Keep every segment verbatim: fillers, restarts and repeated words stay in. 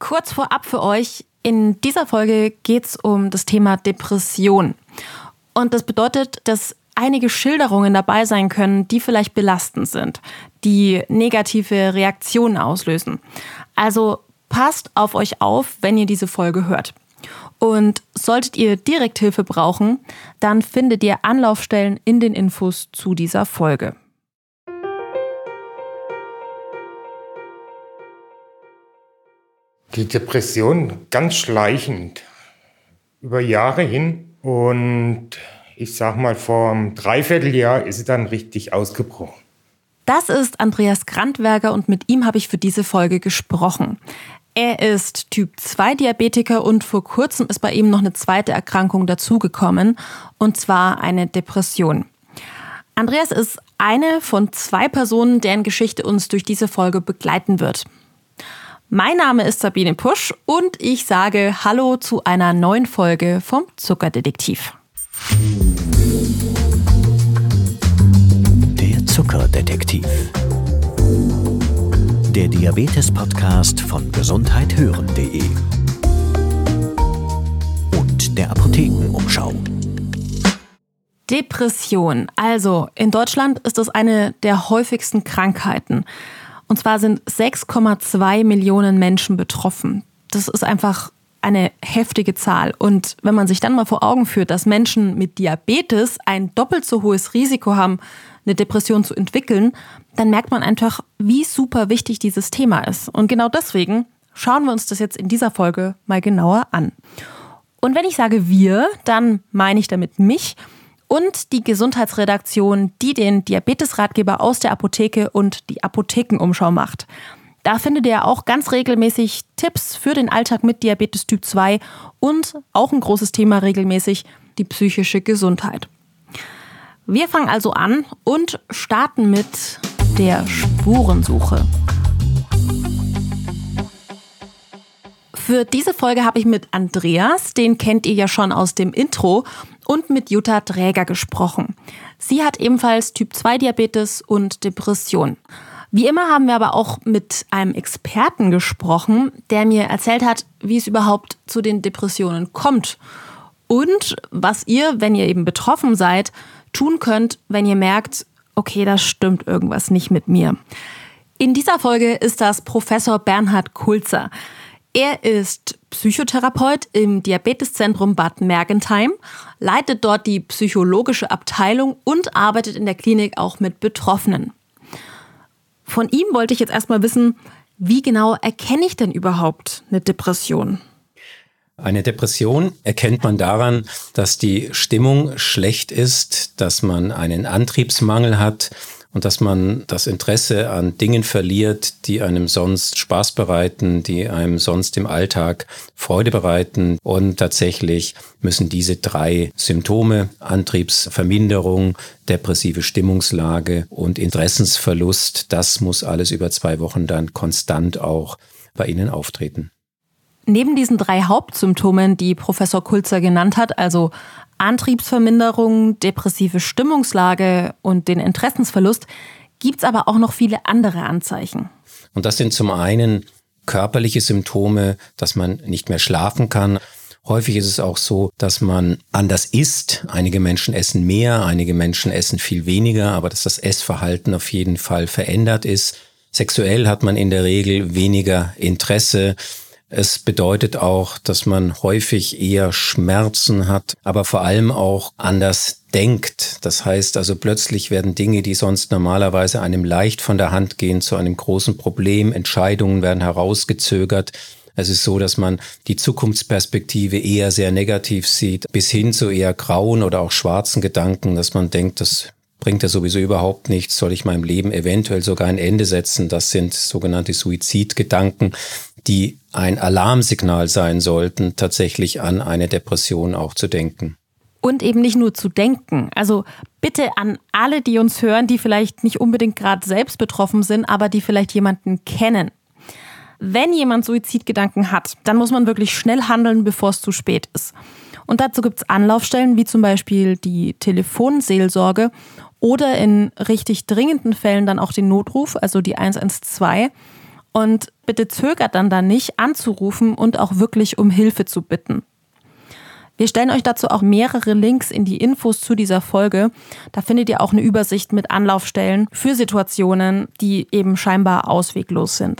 Kurz vorab für euch, in dieser Folge geht es um das Thema Depression. Und das bedeutet, dass einige Schilderungen dabei sein können, die vielleicht belastend sind, die negative Reaktionen auslösen. Also passt auf euch auf, wenn ihr diese Folge hört. Und solltet ihr direkt Hilfe brauchen, dann findet ihr Anlaufstellen in den Infos zu dieser Folge. Die Depression ganz schleichend über Jahre hin und ich sag mal, vor einem Dreivierteljahr ist sie dann richtig ausgebrochen. Das ist Andreas Grandwerger und mit ihm habe ich für diese Folge gesprochen. Er ist Typ zwei Diabetiker und vor kurzem ist bei ihm noch eine zweite Erkrankung dazugekommen, und zwar eine Depression. Andreas ist eine von zwei Personen, deren Geschichte uns durch diese Folge begleiten wird. Mein Name ist Sabine Pusch und ich sage Hallo zu einer neuen Folge vom Zuckerdetektiv. Der Zuckerdetektiv. Der Diabetes-Podcast von gesundheit hören punkt de und der Apothekenumschau. Depression. Also in Deutschland ist das eine der häufigsten Krankheiten. Und zwar sind sechs Komma zwei Millionen Menschen betroffen. Das ist einfach eine heftige Zahl. Und wenn man sich dann mal vor Augen führt, dass Menschen mit Diabetes ein doppelt so hohes Risiko haben, eine Depression zu entwickeln, dann merkt man einfach, wie super wichtig dieses Thema ist. Und genau deswegen schauen wir uns das jetzt in dieser Folge mal genauer an. Und wenn ich sage wir, dann meine ich damit mich und die Gesundheitsredaktion, die den Diabetes-Ratgeber aus der Apotheke und die Apothekenumschau macht. Da findet ihr auch ganz regelmäßig Tipps für den Alltag mit Diabetes Typ zwei und auch ein großes Thema regelmäßig, die psychische Gesundheit. Wir fangen also an und starten mit der Spurensuche. Für diese Folge habe ich mit Andreas, den kennt ihr ja schon aus dem Intro, und mit Jutta Dräger gesprochen. Sie hat ebenfalls Typ zwei Diabetes und Depression. Wie immer haben wir aber auch mit einem Experten gesprochen, der mir erzählt hat, wie es überhaupt zu den Depressionen kommt und was ihr, wenn ihr eben betroffen seid, tun könnt, wenn ihr merkt, okay, da stimmt irgendwas nicht mit mir. In dieser Folge ist das Professor Bernhard Kulzer. Er ist Psychotherapeut im Diabeteszentrum Bad Mergentheim, leitet dort die psychologische Abteilung und arbeitet in der Klinik auch mit Betroffenen. Von ihm wollte ich jetzt erstmal wissen, wie genau erkenne ich denn überhaupt eine Depression? Eine Depression erkennt man daran, dass die Stimmung schlecht ist, dass man einen Antriebsmangel hat und dass man das Interesse an Dingen verliert, die einem sonst Spaß bereiten, die einem sonst im Alltag Freude bereiten. Und tatsächlich müssen diese drei Symptome, Antriebsverminderung, depressive Stimmungslage und Interessensverlust, das muss alles über zwei Wochen dann konstant auch bei Ihnen auftreten. Neben diesen drei Hauptsymptomen, die Professor Kulzer genannt hat, also Antriebsverminderung, depressive Stimmungslage und den Interessensverlust, gibt es aber auch noch viele andere Anzeichen. Und das sind zum einen körperliche Symptome, dass man nicht mehr schlafen kann. Häufig ist es auch so, dass man anders isst. Einige Menschen essen mehr, einige Menschen essen viel weniger, aber dass das Essverhalten auf jeden Fall verändert ist. Sexuell hat man in der Regel weniger Interesse. Es bedeutet auch, dass man häufig eher Schmerzen hat, aber vor allem auch anders denkt. Das heißt also, plötzlich werden Dinge, die sonst normalerweise einem leicht von der Hand gehen, zu einem großen Problem. Entscheidungen werden herausgezögert. Es ist so, dass man die Zukunftsperspektive eher sehr negativ sieht, bis hin zu eher grauen oder auch schwarzen Gedanken, dass man denkt, das bringt ja sowieso überhaupt nichts, soll ich meinem Leben eventuell sogar ein Ende setzen. Das sind sogenannte Suizidgedanken, die ein Alarmsignal sein sollten, tatsächlich an eine Depression auch zu denken. Und eben nicht nur zu denken. Also bitte an alle, die uns hören, die vielleicht nicht unbedingt gerade selbst betroffen sind, aber die vielleicht jemanden kennen. Wenn jemand Suizidgedanken hat, dann muss man wirklich schnell handeln, bevor es zu spät ist. Und dazu gibt es Anlaufstellen wie zum Beispiel die Telefonseelsorge oder in richtig dringenden Fällen dann auch den Notruf, also die eins eins zwei. Und bitte zögert dann da nicht, anzurufen und auch wirklich um Hilfe zu bitten. Wir stellen euch dazu auch mehrere Links in die Infos zu dieser Folge. Da findet ihr auch eine Übersicht mit Anlaufstellen für Situationen, die eben scheinbar ausweglos sind.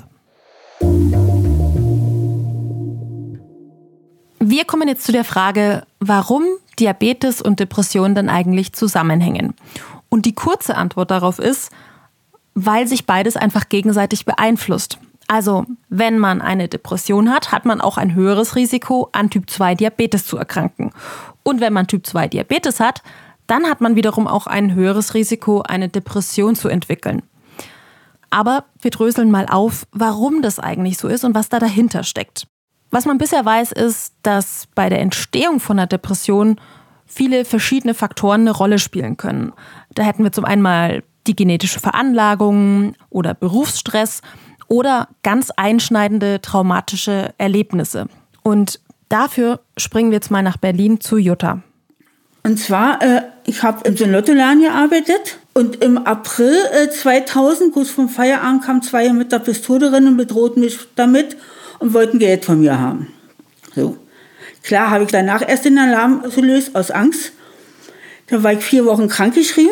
Wir kommen jetzt zu der Frage, warum Diabetes und Depression dann eigentlich zusammenhängen. Und die kurze Antwort darauf ist, weil sich beides einfach gegenseitig beeinflusst. Also, wenn man eine Depression hat, hat man auch ein höheres Risiko, an Typ zwei Diabetes zu erkranken. Und wenn man Typ zwei Diabetes hat, dann hat man wiederum auch ein höheres Risiko, eine Depression zu entwickeln. Aber wir dröseln mal auf, warum das eigentlich so ist und was da dahinter steckt. Was man bisher weiß, ist, dass bei der Entstehung von einer Depression viele verschiedene Faktoren eine Rolle spielen können. Da hätten wir zum einen mal die genetische Veranlagung oder Berufsstress oder ganz einschneidende traumatische Erlebnisse. Und dafür springen wir jetzt mal nach Berlin zu Jutta. Und zwar, äh, ich habe im Lottoladen gearbeitet und im April äh, zweitausend, kurz vorm Feierabend, kamen zwei mit der Pistole rein und bedrohten mich damit und wollten Geld von mir haben. So. Klar habe ich danach erst den Alarm ausgelöst, aus Angst. Da war ich vier Wochen krankgeschrieben.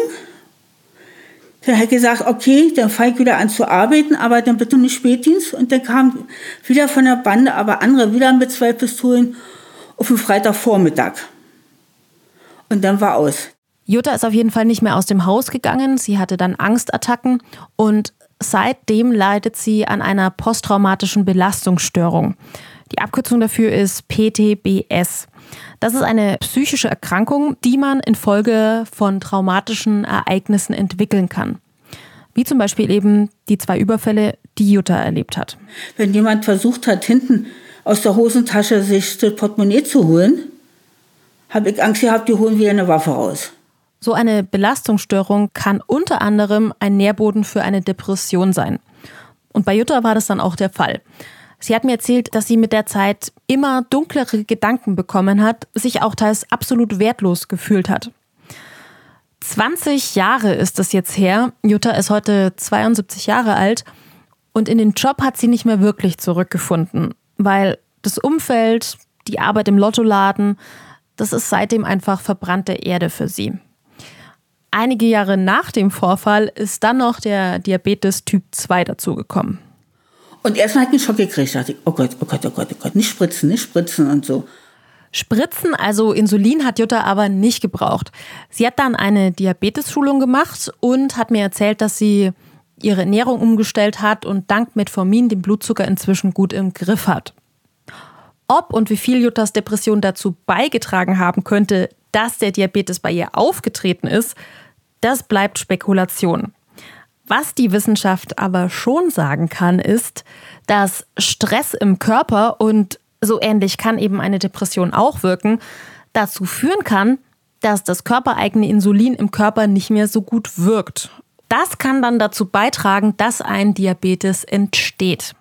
Dann hat er gesagt, okay, dann fange ich wieder an zu arbeiten, aber dann bitte nicht Spätdienst. Und dann kam wieder von der Bande, aber andere wieder mit zwei Pistolen auf den Freitagvormittag. Und dann war aus. Jutta ist auf jeden Fall nicht mehr aus dem Haus gegangen. Sie hatte dann Angstattacken und seitdem leidet sie an einer posttraumatischen Belastungsstörung. Die Abkürzung dafür ist P T B S. Das ist eine psychische Erkrankung, die man infolge von traumatischen Ereignissen entwickeln kann. Wie zum Beispiel eben die zwei Überfälle, die Jutta erlebt hat. Wenn jemand versucht hat, hinten aus der Hosentasche sich das Portemonnaie zu holen, habe ich Angst gehabt, die holen wieder eine Waffe raus. So eine Belastungsstörung kann unter anderem ein Nährboden für eine Depression sein. Und bei Jutta war das dann auch der Fall. Sie hat mir erzählt, dass sie mit der Zeit immer dunklere Gedanken bekommen hat, sich auch teils absolut wertlos gefühlt hat. zwanzig Jahre ist es jetzt her. Jutta ist heute zweiundsiebzig Jahre alt und in den Job hat sie nicht mehr wirklich zurückgefunden, weil das Umfeld, die Arbeit im Lottoladen, das ist seitdem einfach verbrannte Erde für sie. Einige Jahre nach dem Vorfall ist dann noch der Diabetes Typ zwei dazugekommen. Und erstmal hat mich einen Schock gekriegt. Da dachte ich, oh Gott, oh Gott, oh Gott, oh Gott, nicht spritzen, nicht spritzen und so. Spritzen, also Insulin, hat Jutta aber nicht gebraucht. Sie hat dann eine Diabetes-Schulung gemacht und hat mir erzählt, dass sie ihre Ernährung umgestellt hat und dank Metformin den Blutzucker inzwischen gut im Griff hat. Ob und wie viel Juttas Depression dazu beigetragen haben könnte, dass der Diabetes bei ihr aufgetreten ist, das bleibt Spekulation. Was die Wissenschaft aber schon sagen kann, ist, dass Stress im Körper, und so ähnlich kann eben eine Depression auch wirken, dazu führen kann, dass das körpereigene Insulin im Körper nicht mehr so gut wirkt. Das kann dann dazu beitragen, dass ein Diabetes entsteht.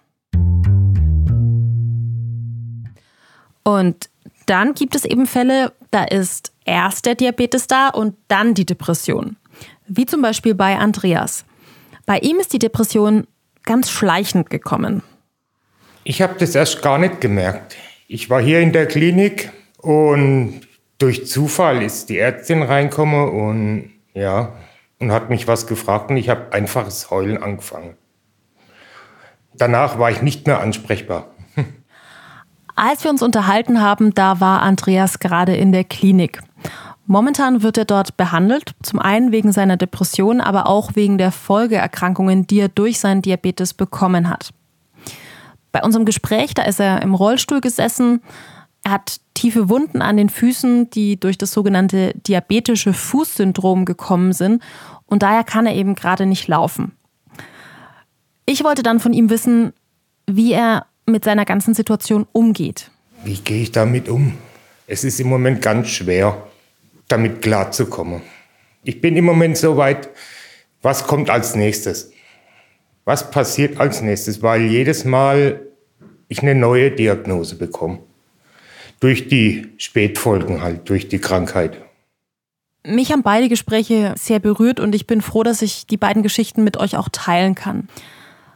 Und dann gibt es eben Fälle, da ist erst der Diabetes da und dann die Depression. Wie zum Beispiel bei Andreas. Bei ihm ist die Depression ganz schleichend gekommen. Ich habe das erst gar nicht gemerkt. Ich war hier in der Klinik und durch Zufall ist die Ärztin reingekommen und ja, und hat mich was gefragt und ich habe einfaches Heulen angefangen. Danach war ich nicht mehr ansprechbar. Als wir uns unterhalten haben, da war Andreas gerade in der Klinik. Momentan wird er dort behandelt, zum einen wegen seiner Depression, aber auch wegen der Folgeerkrankungen, die er durch seinen Diabetes bekommen hat. Bei unserem Gespräch, da ist er im Rollstuhl gesessen, er hat tiefe Wunden an den Füßen, die durch das sogenannte diabetische Fußsyndrom gekommen sind und daher kann er eben gerade nicht laufen. Ich wollte dann von ihm wissen, wie er mit seiner ganzen Situation umgeht. Wie gehe ich damit um? Es ist im Moment ganz schwer, damit klarzukommen. Ich bin im Moment so weit, was kommt als nächstes? Was passiert als nächstes? Weil jedes Mal ich eine neue Diagnose bekomme. Durch die Spätfolgen halt, durch die Krankheit. Mich haben beide Gespräche sehr berührt und ich bin froh, dass ich die beiden Geschichten mit euch auch teilen kann.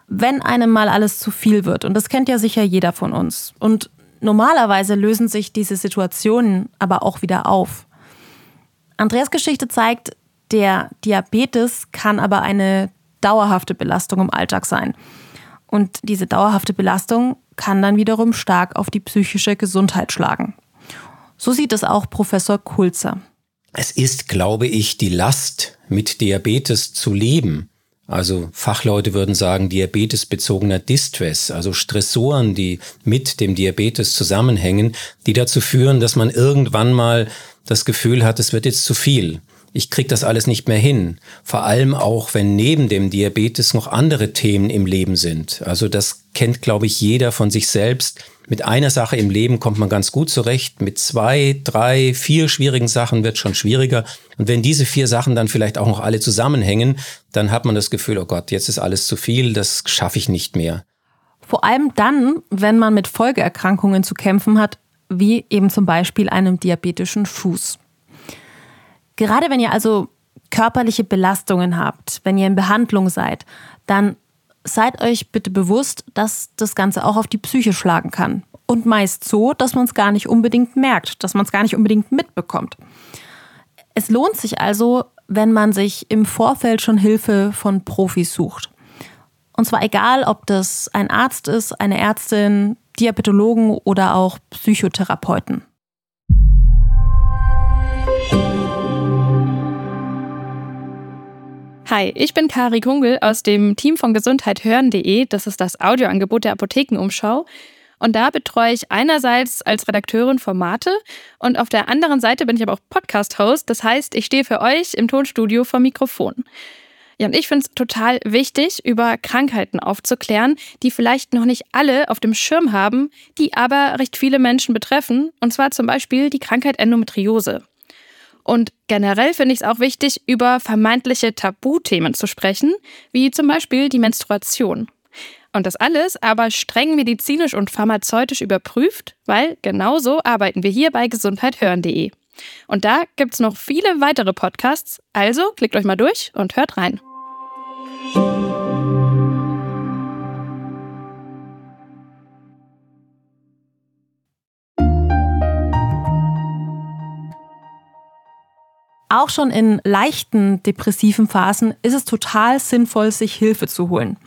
wenn einem mal alles zu viel wird. Und das kennt ja sicher jeder von uns. Und normalerweise lösen sich diese Situationen aber auch wieder auf. Andreas Geschichte zeigt, der Diabetes kann aber eine dauerhafte Belastung im Alltag sein. Und diese dauerhafte Belastung kann dann wiederum stark auf die psychische Gesundheit schlagen. So sieht es auch Professor Kulzer. Es ist, glaube ich, die Last, mit Diabetes zu leben. Also Fachleute würden sagen, diabetesbezogener Distress, also Stressoren, die mit dem Diabetes zusammenhängen, die dazu führen, dass man irgendwann mal das Gefühl hat, es wird jetzt zu viel. Ich kriege das alles nicht mehr hin. Vor allem auch, wenn neben dem Diabetes noch andere Themen im Leben sind. Also das kennt, glaube ich, jeder von sich selbst. Mit einer Sache im Leben kommt man ganz gut zurecht. Mit zwei, drei, vier schwierigen Sachen wird es schon schwieriger. Und wenn diese vier Sachen dann vielleicht auch noch alle zusammenhängen, dann hat man das Gefühl, oh Gott, jetzt ist alles zu viel, das schaffe ich nicht mehr. Vor allem dann, wenn man mit Folgeerkrankungen zu kämpfen hat, wie eben zum Beispiel einem diabetischen Fuß. Gerade wenn ihr also körperliche Belastungen habt, wenn ihr in Behandlung seid, dann seid euch bitte bewusst, dass das Ganze auch auf die Psyche schlagen kann. Und meist so, dass man es gar nicht unbedingt merkt, dass man es gar nicht unbedingt mitbekommt. Es lohnt sich also, wenn man sich im Vorfeld schon Hilfe von Profis sucht. Und zwar egal, ob das ein Arzt ist, eine Ärztin, Diabetologen oder auch Psychotherapeuten. Hi, ich bin Kari Kungel aus dem Team von gesundheit hören punkt de. Das ist das Audioangebot der Apothekenumschau. Und da betreue ich einerseits als Redakteurin Formate und auf der anderen Seite bin ich aber auch Podcast-Host. Das heißt, ich stehe für euch im Tonstudio vor Mikrofon. Ja, und ich finde es total wichtig, über Krankheiten aufzuklären, die vielleicht noch nicht alle auf dem Schirm haben, die aber recht viele Menschen betreffen. Und zwar zum Beispiel die Krankheit Endometriose. Und generell finde ich es auch wichtig, über vermeintliche Tabuthemen zu sprechen, wie zum Beispiel die Menstruation. Und das alles aber streng medizinisch und pharmazeutisch überprüft, weil genauso arbeiten wir hier bei gesundheit hören punkt de. Und da gibt's noch viele weitere Podcasts, also klickt euch mal durch und hört rein. Auch schon in leichten depressiven Phasen ist es total sinnvoll, sich Hilfe zu holen.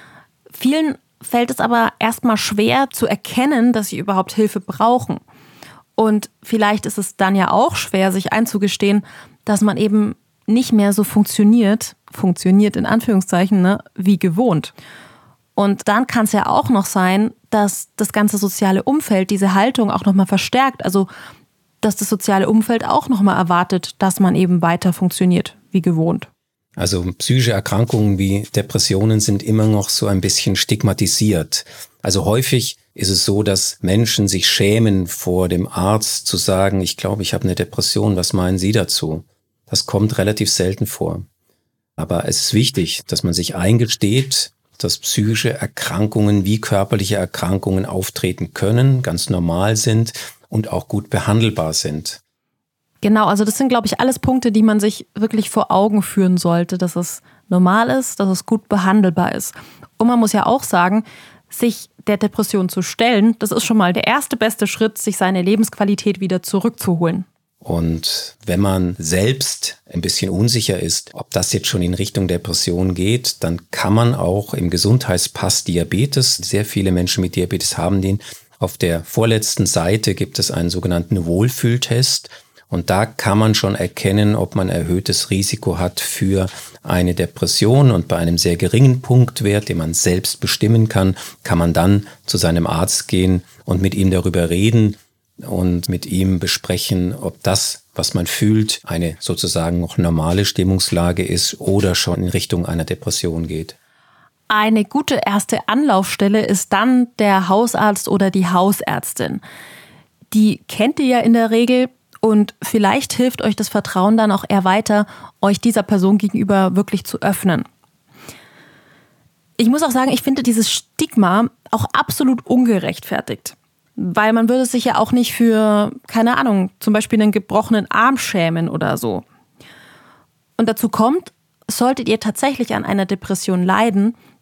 Vielen fällt es aber erstmal schwer zu erkennen, dass sie überhaupt Hilfe brauchen. Und vielleicht ist es dann ja auch schwer, sich einzugestehen, dass man eben nicht mehr so funktioniert, funktioniert in Anführungszeichen, ne, wie gewohnt. Und dann kann es ja auch noch sein, dass das ganze soziale Umfeld diese Haltung auch nochmal verstärkt. Also dass das soziale Umfeld auch nochmal erwartet, dass man eben weiter funktioniert wie gewohnt. Also psychische Erkrankungen wie Depressionen sind immer noch so ein bisschen stigmatisiert. Also häufig ist es so, dass Menschen sich schämen, vor dem Arzt zu sagen, ich glaube, ich habe eine Depression, was meinen Sie dazu? Das kommt relativ selten vor. Aber es ist wichtig, dass man sich eingesteht, dass psychische Erkrankungen wie körperliche Erkrankungen auftreten können, ganz normal sind und auch gut behandelbar sind. Genau, also das sind, glaube ich, alles Punkte, die man sich wirklich vor Augen führen sollte, dass es normal ist, dass es gut behandelbar ist. Und man muss ja auch sagen, sich der Depression zu stellen, das ist schon mal der erste beste Schritt, sich seine Lebensqualität wieder zurückzuholen. Und wenn man selbst ein bisschen unsicher ist, ob das jetzt schon in Richtung Depression geht, dann kann man auch im Gesundheitspass Diabetes, sehr viele Menschen mit Diabetes haben den, auf der vorletzten Seite gibt es einen sogenannten Wohlfühltest. Und da kann man schon erkennen, ob man erhöhtes Risiko hat für eine Depression. Und bei einem sehr geringen Punktwert, den man selbst bestimmen kann, kann man dann zu seinem Arzt gehen und mit ihm darüber reden und mit ihm besprechen, ob das, was man fühlt, eine sozusagen noch normale Stimmungslage ist oder schon in Richtung einer Depression geht. Eine gute erste Anlaufstelle ist dann der Hausarzt oder die Hausärztin. Die kennt ihr ja in der Regel und vielleicht hilft euch das Vertrauen dann auch eher weiter, euch dieser Person gegenüber wirklich zu öffnen. Ich muss auch sagen, ich finde dieses Stigma auch absolut ungerechtfertigt. Weil man würde sich ja auch nicht für, keine Ahnung, zum Beispiel einen gebrochenen Arm schämen oder so. Und dazu kommt, solltet ihr tatsächlich an einer Depression leiden,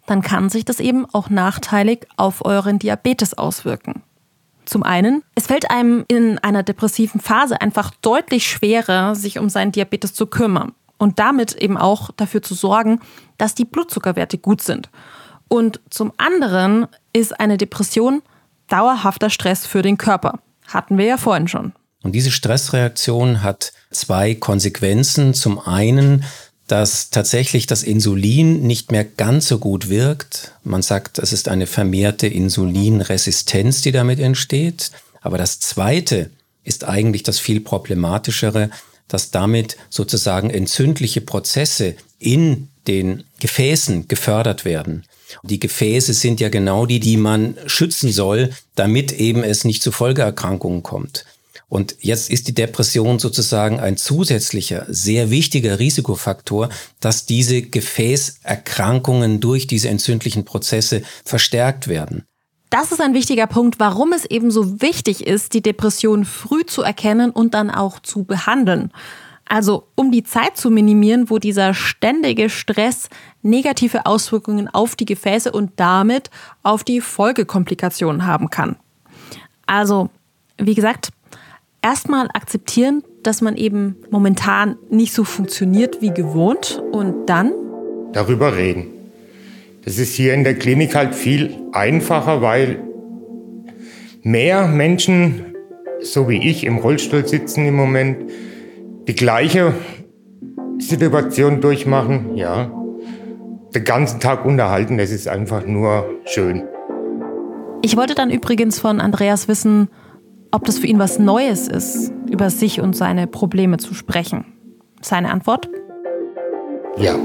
dann kann sich das eben auch nachteilig auf euren Diabetes auswirken. Zum einen, es fällt einem in einer depressiven Phase einfach deutlich schwerer, sich um seinen Diabetes zu kümmern und damit eben auch dafür zu sorgen, dass die Blutzuckerwerte gut sind. Und zum anderen ist eine Depression dauerhafter Stress für den Körper. Hatten wir ja vorhin schon. Und diese Stressreaktion hat zwei Konsequenzen. Zum einen, dass tatsächlich das Insulin nicht mehr ganz so gut wirkt. Man sagt, es ist eine vermehrte Insulinresistenz, die damit entsteht. Aber das Zweite ist eigentlich das viel problematischere, dass damit sozusagen entzündliche Prozesse in den Gefäßen gefördert werden. Die Gefäße sind ja genau die, die man schützen soll, damit eben es nicht zu Folgeerkrankungen kommt. Und jetzt ist die Depression sozusagen ein zusätzlicher, sehr wichtiger Risikofaktor, dass diese Gefäßerkrankungen durch diese entzündlichen Prozesse verstärkt werden. Das ist ein wichtiger Punkt, warum es eben so wichtig ist, die Depression früh zu erkennen und dann auch zu behandeln. Also um die Zeit zu minimieren, wo dieser ständige Stress negative Auswirkungen auf die Gefäße und damit auf die Folgekomplikationen haben kann. Also, wie gesagt, erstmal akzeptieren, dass man eben momentan nicht so funktioniert wie gewohnt und dann darüber reden. Das ist hier in der Klinik halt viel einfacher, weil mehr Menschen, so wie ich, im Rollstuhl sitzen im Moment, die gleiche Situation durchmachen, ja, den ganzen Tag unterhalten, das ist einfach nur schön. Ich wollte dann übrigens von Andreas wissen, ob das für ihn was Neues ist, über sich und seine Probleme zu sprechen. Seine Antwort? Ja.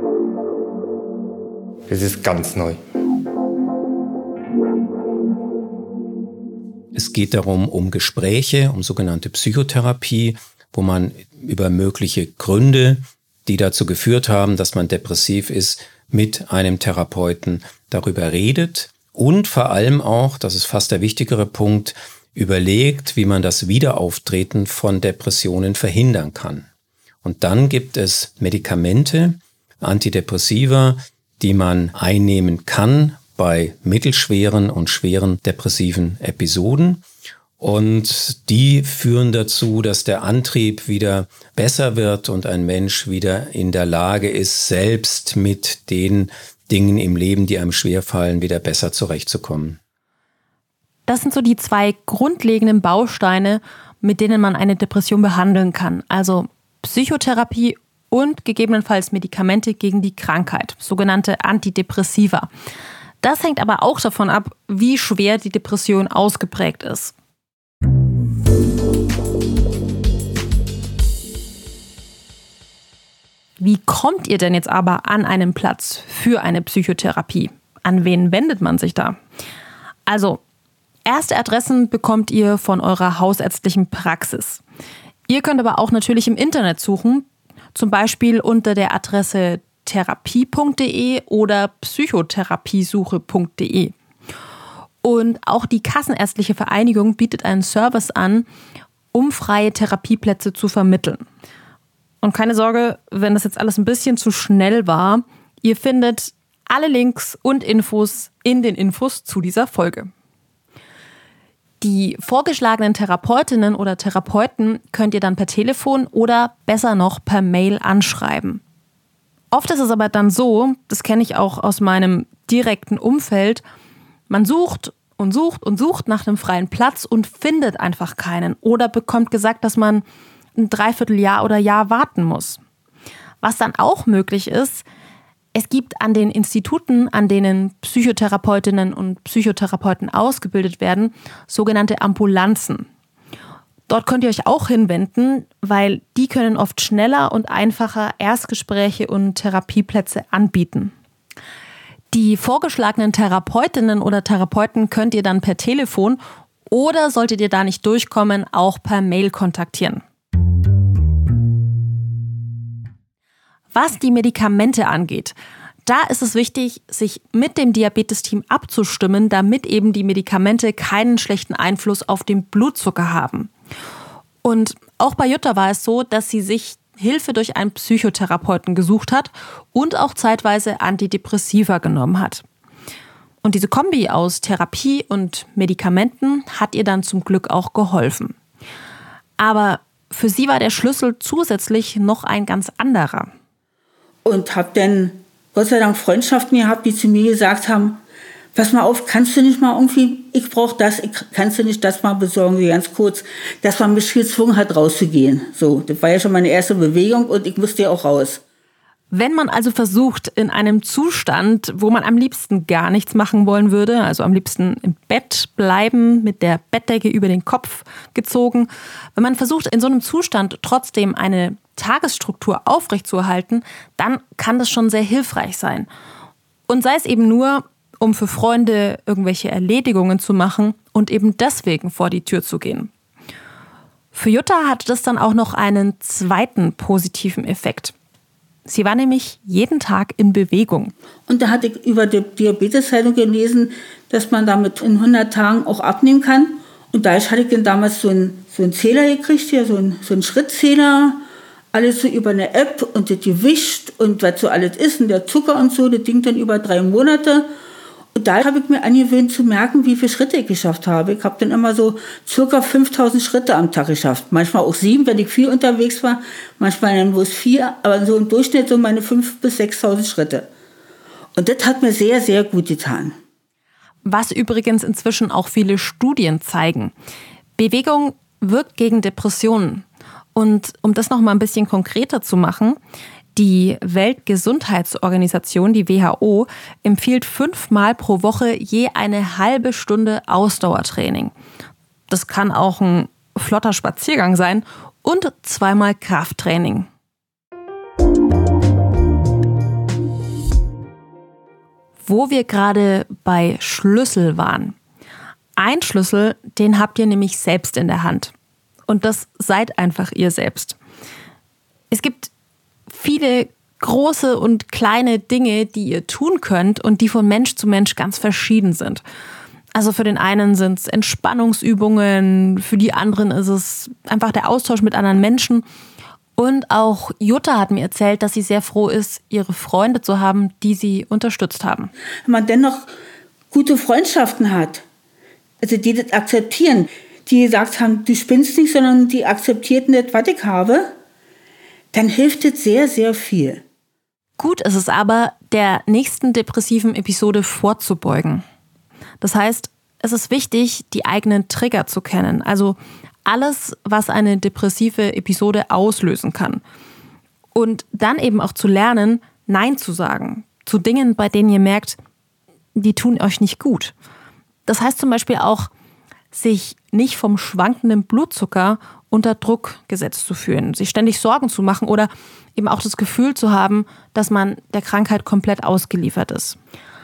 Das ist ganz neu. Es geht darum, um Gespräche, um sogenannte Psychotherapie, wo man über mögliche Gründe, die dazu geführt haben, dass man depressiv ist, mit einem Therapeuten darüber redet und vor allem auch, das ist fast der wichtigere Punkt, überlegt, wie man das Wiederauftreten von Depressionen verhindern kann. Und dann gibt es Medikamente, Antidepressiva, die man einnehmen kann bei mittelschweren und schweren depressiven Episoden. Und die führen dazu, dass der Antrieb wieder besser wird und ein Mensch wieder in der Lage ist, selbst mit den Dingen im Leben, die einem schwerfallen, wieder besser zurechtzukommen. Das sind so die zwei grundlegenden Bausteine, mit denen man eine Depression behandeln kann. Also Psychotherapie und gegebenenfalls Medikamente gegen die Krankheit, sogenannte Antidepressiva. Das hängt aber auch davon ab, wie schwer die Depression ausgeprägt ist. Wie kommt ihr denn jetzt aber an einen Platz für eine Psychotherapie? An wen wendet man sich da? Also, erste Adressen bekommt ihr von eurer hausärztlichen Praxis. Ihr könnt aber auch natürlich im Internet suchen, zum Beispiel unter der Adresse therapie punkt de oder psychotherapiesuche punkt de. Und auch die Kassenärztliche Vereinigung bietet einen Service an, um freie Therapieplätze zu vermitteln. Und keine Sorge, wenn das jetzt alles ein bisschen zu schnell war, ihr findet alle Links und Infos in den Infos zu dieser Folge. Die vorgeschlagenen Therapeutinnen oder Therapeuten könnt ihr dann per Telefon oder besser noch per Mail anschreiben. Oft ist es aber dann so, das kenne ich auch aus meinem direkten Umfeld, man sucht und sucht und sucht nach einem freien Platz und findet einfach keinen oder bekommt gesagt, dass man ein Dreivierteljahr oder Jahr warten muss. Was dann auch möglich ist, es gibt an den Instituten, an denen Psychotherapeutinnen und Psychotherapeuten ausgebildet werden, sogenannte Ambulanzen. Dort könnt ihr euch auch hinwenden, weil die können oft schneller und einfacher Erstgespräche und Therapieplätze anbieten. Die vorgeschlagenen Therapeutinnen oder Therapeuten könnt ihr dann per Telefon oder solltet ihr da nicht durchkommen, auch per Mail kontaktieren. Was die Medikamente angeht, da ist es wichtig, sich mit dem Diabetesteam abzustimmen, damit eben die Medikamente keinen schlechten Einfluss auf den Blutzucker haben. Und auch bei Jutta war es so, dass sie sich Hilfe durch einen Psychotherapeuten gesucht hat und auch zeitweise Antidepressiva genommen hat. Und diese Kombi aus Therapie und Medikamenten hat ihr dann zum Glück auch geholfen. Aber für sie war der Schlüssel zusätzlich noch ein ganz anderer. Und habe dann Gott sei Dank Freundschaften gehabt, die zu mir gesagt haben, pass mal auf, kannst du nicht mal irgendwie, ich brauche das, ich, kannst du nicht das mal besorgen, ganz kurz, dass man mich gezwungen hat, rauszugehen. So, das war ja schon meine erste Bewegung und ich musste ja auch raus. Wenn man also versucht, in einem Zustand, wo man am liebsten gar nichts machen wollen würde, also am liebsten im Bett bleiben, mit der Bettdecke über den Kopf gezogen, wenn man versucht, in so einem Zustand trotzdem eine Tagesstruktur aufrechtzuerhalten, dann kann das schon sehr hilfreich sein. Und sei es eben nur, um für Freunde irgendwelche Erledigungen zu machen und eben deswegen vor die Tür zu gehen. Für Jutta hatte das dann auch noch einen zweiten positiven Effekt. Sie war nämlich jeden Tag in Bewegung. Und da hatte ich über die Diabetes-Zeitung gelesen, dass man damit in hundert Tagen auch abnehmen kann. Und da hatte ich dann damals so einen, so einen Zähler gekriegt, hier, so einen, so einen Schrittzähler, alles so über eine App und das Gewicht und was so alles ist und der Zucker und so, das Ding dann über drei Monate. Und da habe ich mir angewöhnt zu merken, wie viele Schritte ich geschafft habe. Ich habe dann immer so circa fünftausend Schritte am Tag geschafft. Manchmal auch sieben, wenn ich viel unterwegs war. Manchmal dann bloß vier, aber so im Durchschnitt so meine fünftausend bis sechstausend Schritte. Und das hat mir sehr, sehr gut getan. Was übrigens inzwischen auch viele Studien zeigen. Bewegung wirkt gegen Depressionen. Und um das noch mal ein bisschen konkreter zu machen, die Weltgesundheitsorganisation, die W H O, empfiehlt fünfmal pro Woche je eine halbe Stunde Ausdauertraining. Das kann auch ein flotter Spaziergang sein und zweimal Krafttraining. Wo wir gerade bei Schlüssel waren. Ein Schlüssel, den habt ihr nämlich selbst in der Hand. Und das seid einfach ihr selbst. Es gibt viele große und kleine Dinge, die ihr tun könnt und die von Mensch zu Mensch ganz verschieden sind. Also für den einen sind es Entspannungsübungen, für die anderen ist es einfach der Austausch mit anderen Menschen. Und auch Jutta hat mir erzählt, dass sie sehr froh ist, ihre Freunde zu haben, die sie unterstützt haben. Wenn man dennoch gute Freundschaften hat, also die das akzeptieren, die gesagt haben, du spinnst nicht, sondern die akzeptierten das, was ich habe, dann hilft es sehr, sehr viel. Gut ist es aber, der nächsten depressiven Episode vorzubeugen. Das heißt, es ist wichtig, die eigenen Trigger zu kennen. Also alles, was eine depressive Episode auslösen kann. Und dann eben auch zu lernen, Nein zu sagen. Zu Dingen, bei denen ihr merkt, die tun euch nicht gut. Das heißt zum Beispiel auch, sich nicht vom schwankenden Blutzucker unter Druck gesetzt zu fühlen, sich ständig Sorgen zu machen oder eben auch das Gefühl zu haben, dass man der Krankheit komplett ausgeliefert ist.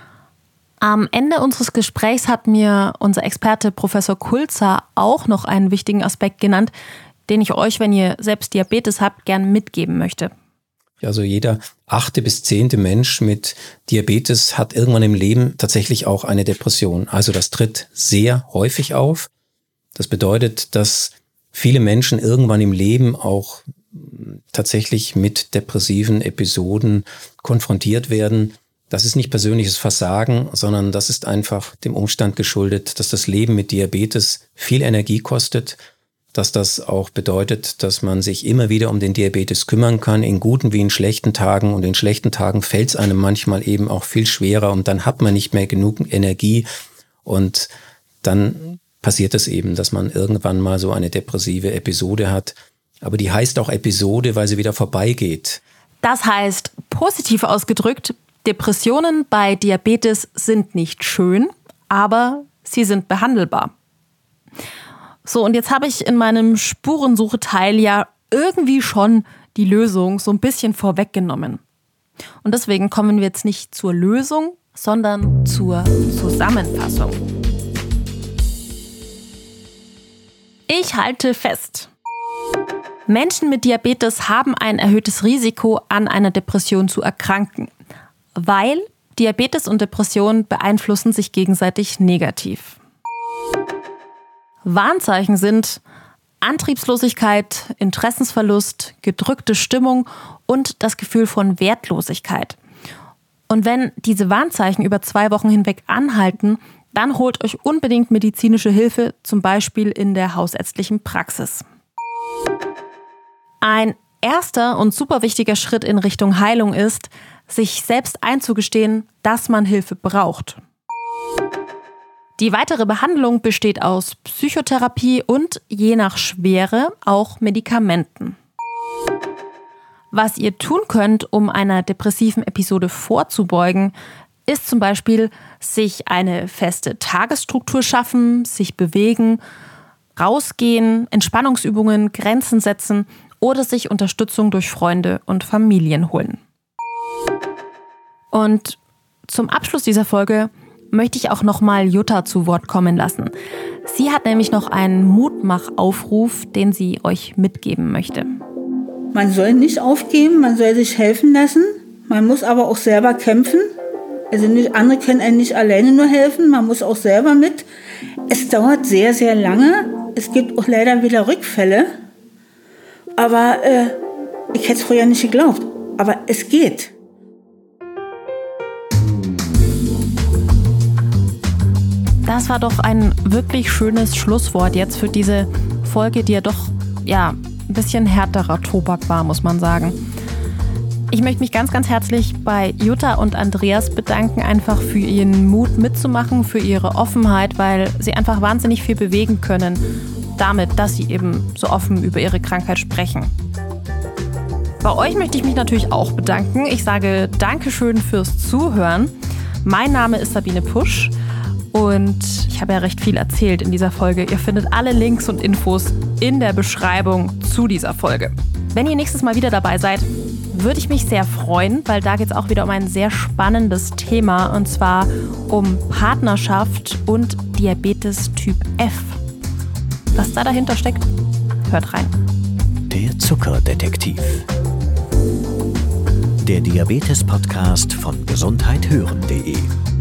Am Ende unseres Gesprächs hat mir unser Experte Professor Kulzer auch noch einen wichtigen Aspekt genannt, den ich euch, wenn ihr selbst Diabetes habt, gern mitgeben möchte. Also jeder achte bis zehnte Mensch mit Diabetes hat irgendwann im Leben tatsächlich auch eine Depression. Also das tritt sehr häufig auf. Das bedeutet, dass viele Menschen irgendwann im Leben auch tatsächlich mit depressiven Episoden konfrontiert werden. Das ist nicht persönliches Versagen, sondern das ist einfach dem Umstand geschuldet, dass das Leben mit Diabetes viel Energie kostet, dass das auch bedeutet, dass man sich immer wieder um den Diabetes kümmern kann, in guten wie in schlechten Tagen. Und in schlechten Tagen fällt es einem manchmal eben auch viel schwerer und dann hat man nicht mehr genug Energie und dann passiert es eben, dass man irgendwann mal so eine depressive Episode hat. Aber die heißt auch Episode, weil sie wieder vorbeigeht. Das heißt, positiv ausgedrückt, Depressionen bei Diabetes sind nicht schön, aber sie sind behandelbar. So, und jetzt habe ich in meinem Spurensucheteil ja irgendwie schon die Lösung so ein bisschen vorweggenommen. Und deswegen kommen wir jetzt nicht zur Lösung, sondern zur Zusammenfassung. Ich halte fest. Menschen mit Diabetes haben ein erhöhtes Risiko, an einer Depression zu erkranken, weil Diabetes und Depression beeinflussen sich gegenseitig negativ. Warnzeichen sind Antriebslosigkeit, Interessensverlust, gedrückte Stimmung und das Gefühl von Wertlosigkeit. Und wenn diese Warnzeichen über zwei Wochen hinweg anhalten, dann holt euch unbedingt medizinische Hilfe, zum Beispiel in der hausärztlichen Praxis. Ein erster und super wichtiger Schritt in Richtung Heilung ist, sich selbst einzugestehen, dass man Hilfe braucht. Die weitere Behandlung besteht aus Psychotherapie und je nach Schwere auch Medikamenten. Was ihr tun könnt, um einer depressiven Episode vorzubeugen, ist zum Beispiel sich eine feste Tagesstruktur schaffen, sich bewegen, rausgehen, Entspannungsübungen, Grenzen setzen oder sich Unterstützung durch Freunde und Familien holen. Und zum Abschluss dieser Folge möchte ich auch nochmal Jutta zu Wort kommen lassen. Sie hat nämlich noch einen Mutmachaufruf, den sie euch mitgeben möchte. Man soll nicht aufgeben, man soll sich helfen lassen. Man muss aber auch selber kämpfen. Also nicht, andere können einem nicht alleine nur helfen, man muss auch selber mit. Es dauert sehr, sehr lange. Es gibt auch leider wieder Rückfälle. Aber äh, ich hätte es vorher nicht geglaubt. Aber es geht. Das war doch ein wirklich schönes Schlusswort jetzt für diese Folge, die ja doch ja, ein bisschen härterer Tobak war, muss man sagen. Ich möchte mich ganz, ganz herzlich bei Jutta und Andreas bedanken, einfach für ihren Mut mitzumachen, für ihre Offenheit, weil sie einfach wahnsinnig viel bewegen können damit, dass sie eben so offen über ihre Krankheit sprechen. Bei euch möchte ich mich natürlich auch bedanken. Ich sage Dankeschön fürs Zuhören. Mein Name ist Sabine Pusch. Und ich habe ja recht viel erzählt in dieser Folge. Ihr findet alle Links und Infos in der Beschreibung zu dieser Folge. Wenn ihr nächstes Mal wieder dabei seid, würde ich mich sehr freuen, weil da geht es auch wieder um ein sehr spannendes Thema, und zwar um Partnerschaft und Diabetes Typ F. Was da dahinter steckt, hört rein. Der Zuckerdetektiv. Der Diabetes-Podcast von gesundheit hören punkt de.